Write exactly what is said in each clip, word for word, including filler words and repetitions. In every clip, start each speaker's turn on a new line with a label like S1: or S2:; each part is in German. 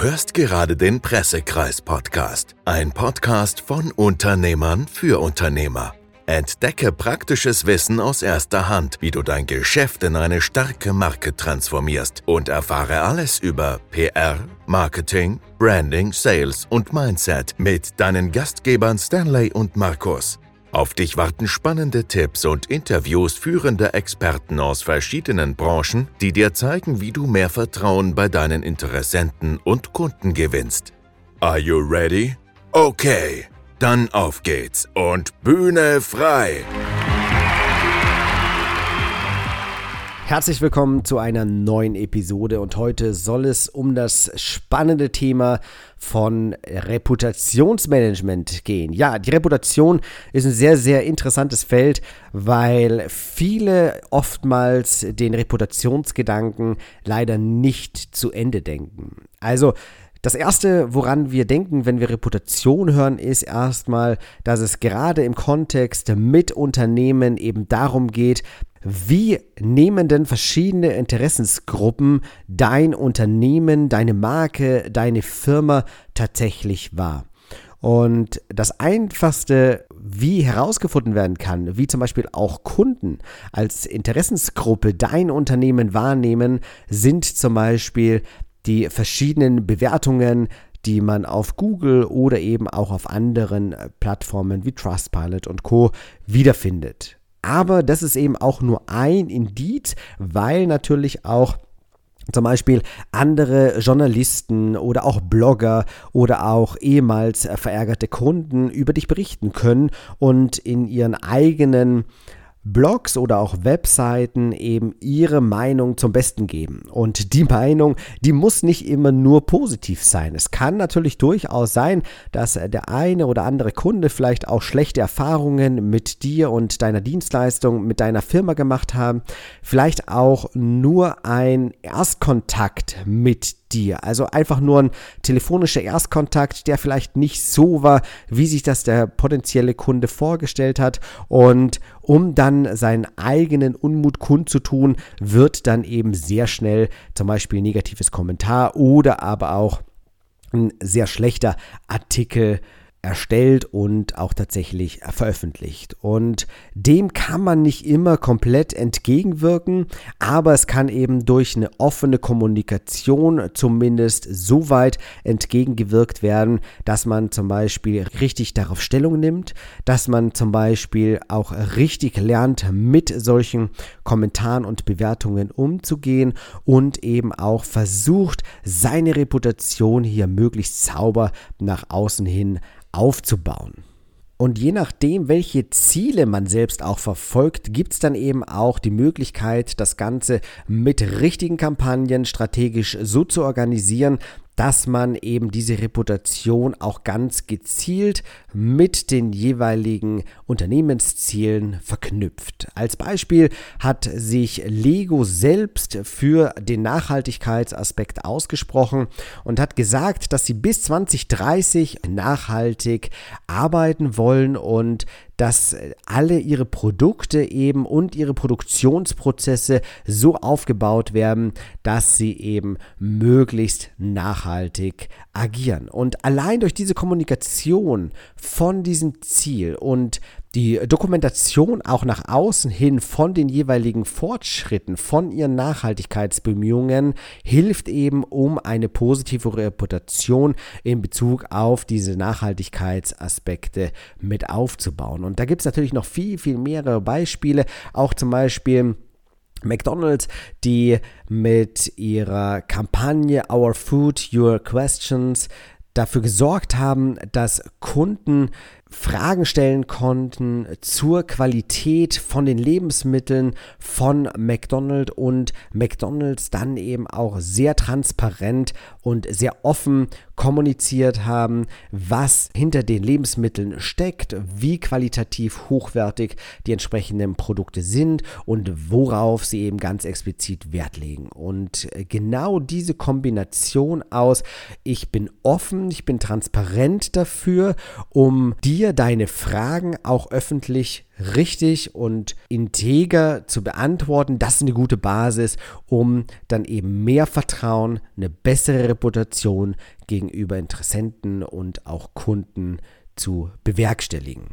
S1: hörst gerade den Pressekreis-Podcast, ein Podcast von Unternehmern für Unternehmer. Entdecke praktisches Wissen aus erster Hand, wie du dein Geschäft in eine starke Marke transformierst und erfahre alles über P R, Marketing, Branding, Sales und Mindset mit deinen Gastgebern Stanley und Markus. Auf dich warten spannende Tipps und Interviews führender Experten aus verschiedenen Branchen, die dir zeigen, wie du mehr Vertrauen bei deinen Interessenten und Kunden gewinnst. Are you ready? Okay, dann auf geht's und Bühne frei!
S2: Herzlich willkommen zu einer neuen Episode und heute soll es um das spannende Thema von Reputationsmanagement gehen. Ja, die Reputation ist ein sehr, sehr interessantes Feld, weil viele oftmals den Reputationsgedanken leider nicht zu Ende denken. Also das Erste, woran wir denken, wenn wir Reputation hören, ist erstmal, dass es gerade im Kontext mit Unternehmen eben darum geht, wie nehmen denn verschiedene Interessensgruppen dein Unternehmen, deine Marke, deine Firma tatsächlich wahr? Und das Einfachste, wie herausgefunden werden kann, wie zum Beispiel auch Kunden als Interessensgruppe dein Unternehmen wahrnehmen, sind zum Beispiel die verschiedenen Bewertungen, die man auf Google oder eben auch auf anderen Plattformen wie Trustpilot und Co. wiederfindet. Aber das ist eben auch nur ein Indiz, weil natürlich auch zum Beispiel andere Journalisten oder auch Blogger oder auch ehemals verärgerte Kunden über dich berichten können und in ihren eigenen Blogs oder auch Webseiten eben ihre Meinung zum Besten geben. Und die Meinung, die muss nicht immer nur positiv sein. Es kann natürlich durchaus sein, dass der eine oder andere Kunde vielleicht auch schlechte Erfahrungen mit dir und deiner Dienstleistung, mit deiner Firma gemacht haben. Vielleicht auch nur ein Erstkontakt mit dir. Also einfach nur ein telefonischer Erstkontakt, der vielleicht nicht so war, wie sich das der potenzielle Kunde vorgestellt hat. Und um dann seinen eigenen Unmut kundzutun, wird dann eben sehr schnell zum Beispiel ein negatives Kommentar oder aber auch ein sehr schlechter Artikel erstellt und auch tatsächlich veröffentlicht. Und dem kann man nicht immer komplett entgegenwirken, aber es kann eben durch eine offene Kommunikation zumindest so weit entgegengewirkt werden, dass man zum Beispiel richtig darauf Stellung nimmt, dass man zum Beispiel auch richtig lernt, mit solchen Kommentaren und Bewertungen umzugehen und eben auch versucht, seine Reputation hier möglichst sauber nach außen hin aufzubauen. Und je nachdem, welche Ziele man selbst auch verfolgt, gibt es dann eben auch die Möglichkeit, das Ganze mit richtigen Kampagnen strategisch so zu organisieren, dass man eben diese Reputation auch ganz gezielt mit den jeweiligen Unternehmenszielen verknüpft. Als Beispiel hat sich Lego selbst für den Nachhaltigkeitsaspekt ausgesprochen und hat gesagt, dass sie bis zwanzig dreißig nachhaltig arbeiten wollen und dass alle ihre Produkte eben und ihre Produktionsprozesse so aufgebaut werden, dass sie eben möglichst nachhaltig agieren. Und allein durch diese Kommunikation von diesem Ziel und die Dokumentation auch nach außen hin von den jeweiligen Fortschritten, von ihren Nachhaltigkeitsbemühungen, hilft eben, um eine positive Reputation in Bezug auf diese Nachhaltigkeitsaspekte mit aufzubauen. Und da gibt es natürlich noch viel, viel mehrere Beispiele, auch zum Beispiel McDonald's, die mit ihrer Kampagne Our Food, Your Questions dafür gesorgt haben, dass Kunden Fragen stellen konnten zur Qualität von den Lebensmitteln von McDonald's und McDonald's dann eben auch sehr transparent und sehr offen kommuniziert haben, was hinter den Lebensmitteln steckt, wie qualitativ hochwertig die entsprechenden Produkte sind und worauf sie eben ganz explizit Wert legen. Und genau diese Kombination aus, ich bin offen, ich bin transparent dafür, um dir hier deine Fragen auch öffentlich richtig und integer zu beantworten. Das ist eine gute Basis, um dann eben mehr Vertrauen, eine bessere Reputation gegenüber Interessenten und auch Kunden zu bewerkstelligen.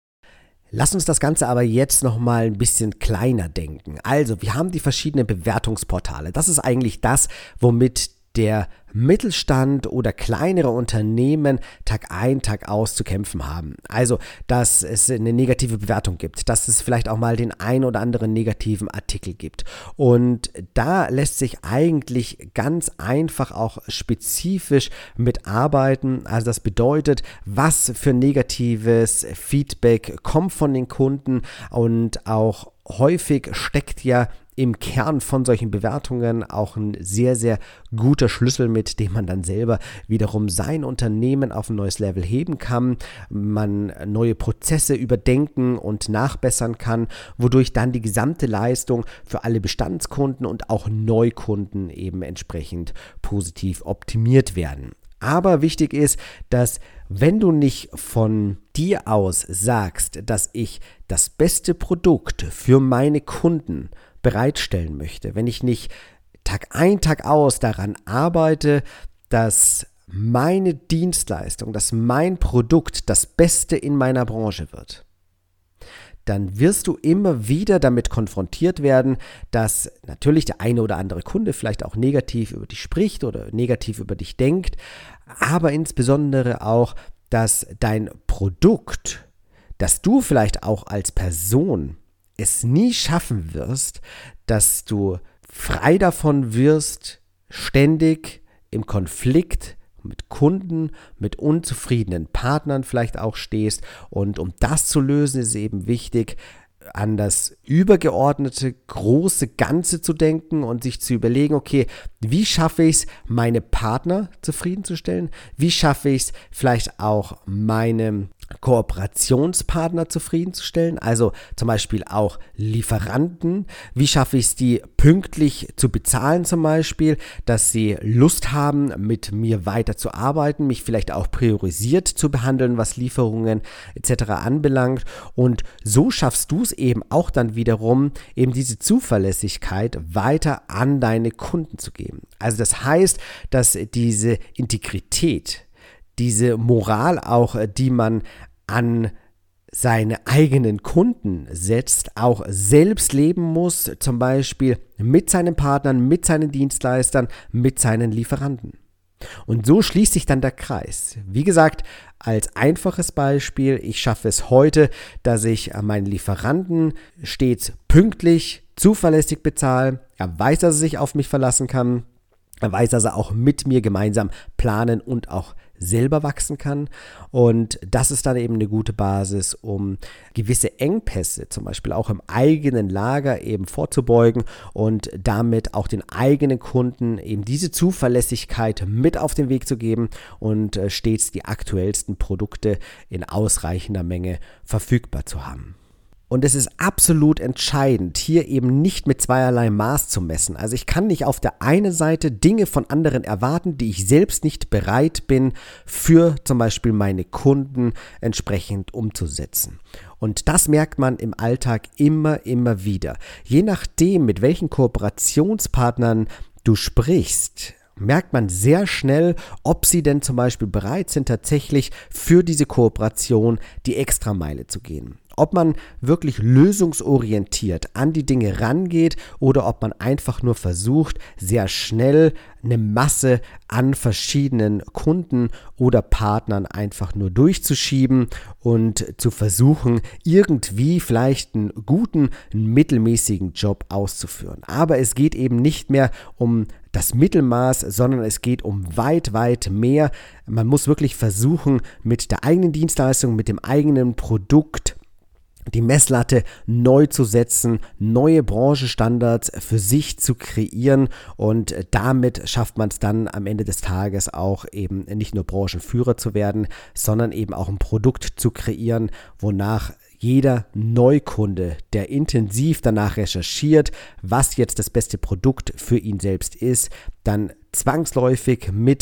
S2: Lass uns das Ganze aber jetzt nochmal ein bisschen kleiner denken. Also, wir haben die verschiedenen Bewertungsportale. Das ist eigentlich das, womit der Mittelstand oder kleinere Unternehmen Tag ein, Tag aus zu kämpfen haben. Also, dass es eine negative Bewertung gibt, dass es vielleicht auch mal den ein oder anderen negativen Artikel gibt. Und da lässt sich eigentlich ganz einfach auch spezifisch mitarbeiten. Also das bedeutet, was für negatives Feedback kommt von den Kunden, und auch häufig steckt ja im Kern von solchen Bewertungen auch ein sehr, sehr guter Schlüssel, mit dem man dann selber wiederum sein Unternehmen auf ein neues Level heben kann, man neue Prozesse überdenken und nachbessern kann, wodurch dann die gesamte Leistung für alle Bestandskunden und auch Neukunden eben entsprechend positiv optimiert werden. Aber wichtig ist, dass wenn du nicht von dir aus sagst, dass ich das beste Produkt für meine Kunden bereitstellen möchte, wenn ich nicht Tag ein, Tag aus daran arbeite, dass meine Dienstleistung, dass mein Produkt das Beste in meiner Branche wird, dann wirst du immer wieder damit konfrontiert werden, dass natürlich der eine oder andere Kunde vielleicht auch negativ über dich spricht oder negativ über dich denkt, aber insbesondere auch, dass dein Produkt, dass du vielleicht auch als Person es nie schaffen wirst, dass du frei davon wirst, ständig im Konflikt mit Kunden, mit unzufriedenen Partnern vielleicht auch stehst. Und um das zu lösen, ist es eben wichtig, an das übergeordnete, große Ganze zu denken und sich zu überlegen, okay, wie schaffe ich es, meine Partner zufriedenzustellen? Wie schaffe ich es, vielleicht auch meine Kooperationspartner zufriedenzustellen, also zum Beispiel auch Lieferanten? Wie schaffe ich es, die pünktlich zu bezahlen zum Beispiel, dass sie Lust haben, mit mir weiterzuarbeiten, mich vielleicht auch priorisiert zu behandeln, was Lieferungen et cetera anbelangt? Und so schaffst du es eben auch dann wiederum, eben diese Zuverlässigkeit weiter an deine Kunden zu geben. Also das heißt, dass diese Integrität, diese Moral auch, die man an seine eigenen Kunden setzt, auch selbst leben muss, zum Beispiel mit seinen Partnern, mit seinen Dienstleistern, mit seinen Lieferanten. Und so schließt sich dann der Kreis. Wie gesagt, als einfaches Beispiel, ich schaffe es heute, dass ich meinen Lieferanten stets pünktlich, zuverlässig bezahle. Er weiß, dass er sich auf mich verlassen kann. Er weiß, dass er auch mit mir gemeinsam planen und auch selber wachsen kann. Und das ist dann eben eine gute Basis, um gewisse Engpässe, zum Beispiel auch im eigenen Lager, eben vorzubeugen und damit auch den eigenen Kunden eben diese Zuverlässigkeit mit auf den Weg zu geben und stets die aktuellsten Produkte in ausreichender Menge verfügbar zu haben. Und es ist absolut entscheidend, hier eben nicht mit zweierlei Maß zu messen. Also ich kann nicht auf der einen Seite Dinge von anderen erwarten, die ich selbst nicht bereit bin, für zum Beispiel meine Kunden entsprechend umzusetzen. Und das merkt man im Alltag immer, immer wieder. Je nachdem, mit welchen Kooperationspartnern du sprichst, merkt man sehr schnell, ob sie denn zum Beispiel bereit sind, tatsächlich für diese Kooperation die Extrameile zu gehen. Ob man wirklich lösungsorientiert an die Dinge rangeht oder ob man einfach nur versucht, sehr schnell eine Masse an verschiedenen Kunden oder Partnern einfach nur durchzuschieben und zu versuchen, irgendwie vielleicht einen guten, einen mittelmäßigen Job auszuführen. Aber es geht eben nicht mehr um das Mittelmaß, sondern es geht um weit, weit mehr. Man muss wirklich versuchen, mit der eigenen Dienstleistung, mit dem eigenen Produkt die Messlatte neu zu setzen, neue Branchenstandards für sich zu kreieren, und damit schafft man es dann am Ende des Tages auch eben nicht nur Branchenführer zu werden, sondern eben auch ein Produkt zu kreieren, wonach jeder Neukunde, der intensiv danach recherchiert, was jetzt das beste Produkt für ihn selbst ist, dann zwangsläufig mit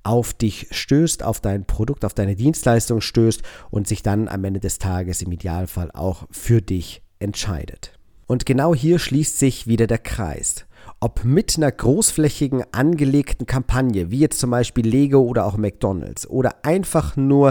S2: auf dich stößt, auf dein Produkt, auf deine Dienstleistung stößt und sich dann am Ende des Tages im Idealfall auch für dich entscheidet. Und genau hier schließt sich wieder der Kreis. Ob mit einer großflächigen angelegten Kampagne, wie jetzt zum Beispiel Lego oder auch McDonald's, oder einfach nur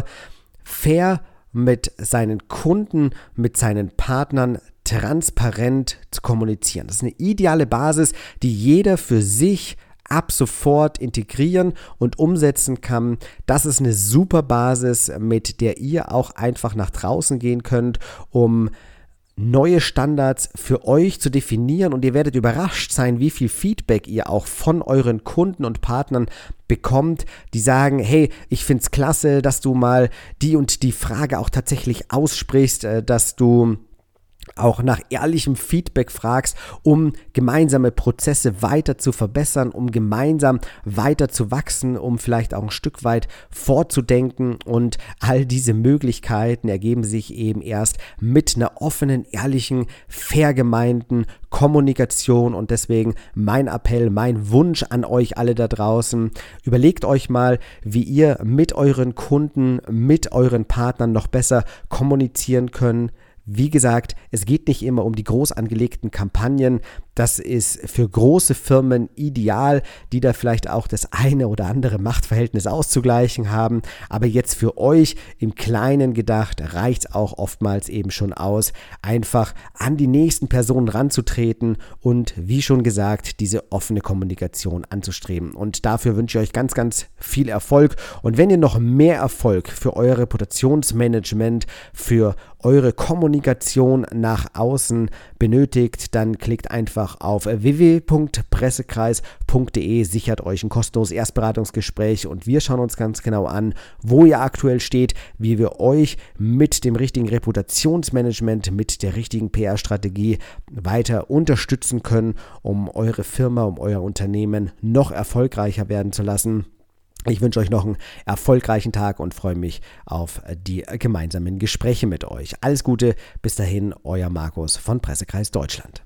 S2: fair mit seinen Kunden, mit seinen Partnern transparent zu kommunizieren. Das ist eine ideale Basis, die jeder für sich ab sofort integrieren und umsetzen kann. Das ist eine super Basis, mit der ihr auch einfach nach draußen gehen könnt, um neue Standards für euch zu definieren, und ihr werdet überrascht sein, wie viel Feedback ihr auch von euren Kunden und Partnern bekommt, die sagen, hey, ich find's klasse, dass du mal die und die Frage auch tatsächlich aussprichst, dass du auch nach ehrlichem Feedback fragst, um gemeinsame Prozesse weiter zu verbessern, um gemeinsam weiter zu wachsen, um vielleicht auch ein Stück weit vorzudenken, und all diese Möglichkeiten ergeben sich eben erst mit einer offenen, ehrlichen, fair gemeinten Kommunikation. Und deswegen mein Appell, mein Wunsch an euch alle da draußen: Überlegt euch mal, wie ihr mit euren Kunden, mit euren Partnern noch besser kommunizieren könnt. Wie gesagt, es geht nicht immer um die groß angelegten Kampagnen. Das ist für große Firmen ideal, die da vielleicht auch das eine oder andere Machtverhältnis auszugleichen haben. Aber jetzt für euch im Kleinen gedacht, reicht es auch oftmals eben schon aus, einfach an die nächsten Personen ranzutreten und, wie schon gesagt, diese offene Kommunikation anzustreben. Und dafür wünsche ich euch ganz, ganz viel Erfolg. Und wenn ihr noch mehr Erfolg für euer Reputationsmanagement, für eure Kommunikation nach außen benötigt, dann klickt einfach auf w w w punkt pressekreis punkt de, sichert euch ein kostenloses Erstberatungsgespräch und wir schauen uns ganz genau an, wo ihr aktuell steht, wie wir euch mit dem richtigen Reputationsmanagement, mit der richtigen P R-Strategie weiter unterstützen können, um eure Firma, um euer Unternehmen noch erfolgreicher werden zu lassen. Ich wünsche euch noch einen erfolgreichen Tag und freue mich auf die gemeinsamen Gespräche mit euch. Alles Gute, bis dahin, euer Markus von Pressekreis Deutschland.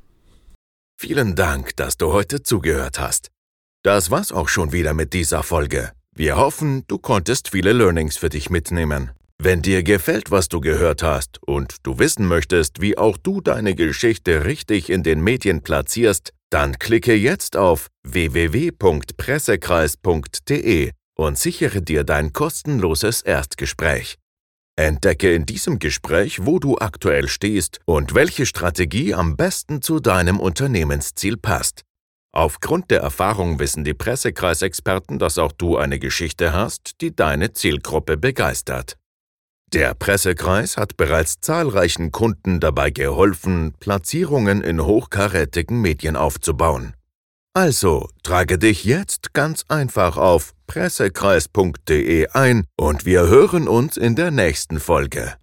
S1: Vielen Dank, dass du heute zugehört hast. Das war's auch schon wieder mit dieser Folge. Wir hoffen, du konntest viele Learnings für dich mitnehmen. Wenn dir gefällt, was du gehört hast und du wissen möchtest, wie auch du deine Geschichte richtig in den Medien platzierst, dann klicke jetzt auf w w w punkt pressekreis punkt de und sichere dir dein kostenloses Erstgespräch. Entdecke in diesem Gespräch, wo du aktuell stehst und welche Strategie am besten zu deinem Unternehmensziel passt. Aufgrund der Erfahrung wissen die Pressekreisexperten, dass auch du eine Geschichte hast, die deine Zielgruppe begeistert. Der Pressekreis hat bereits zahlreichen Kunden dabei geholfen, Platzierungen in hochkarätigen Medien aufzubauen. Also trage dich jetzt ganz einfach auf pressekreis punkt de ein und wir hören uns in der nächsten Folge.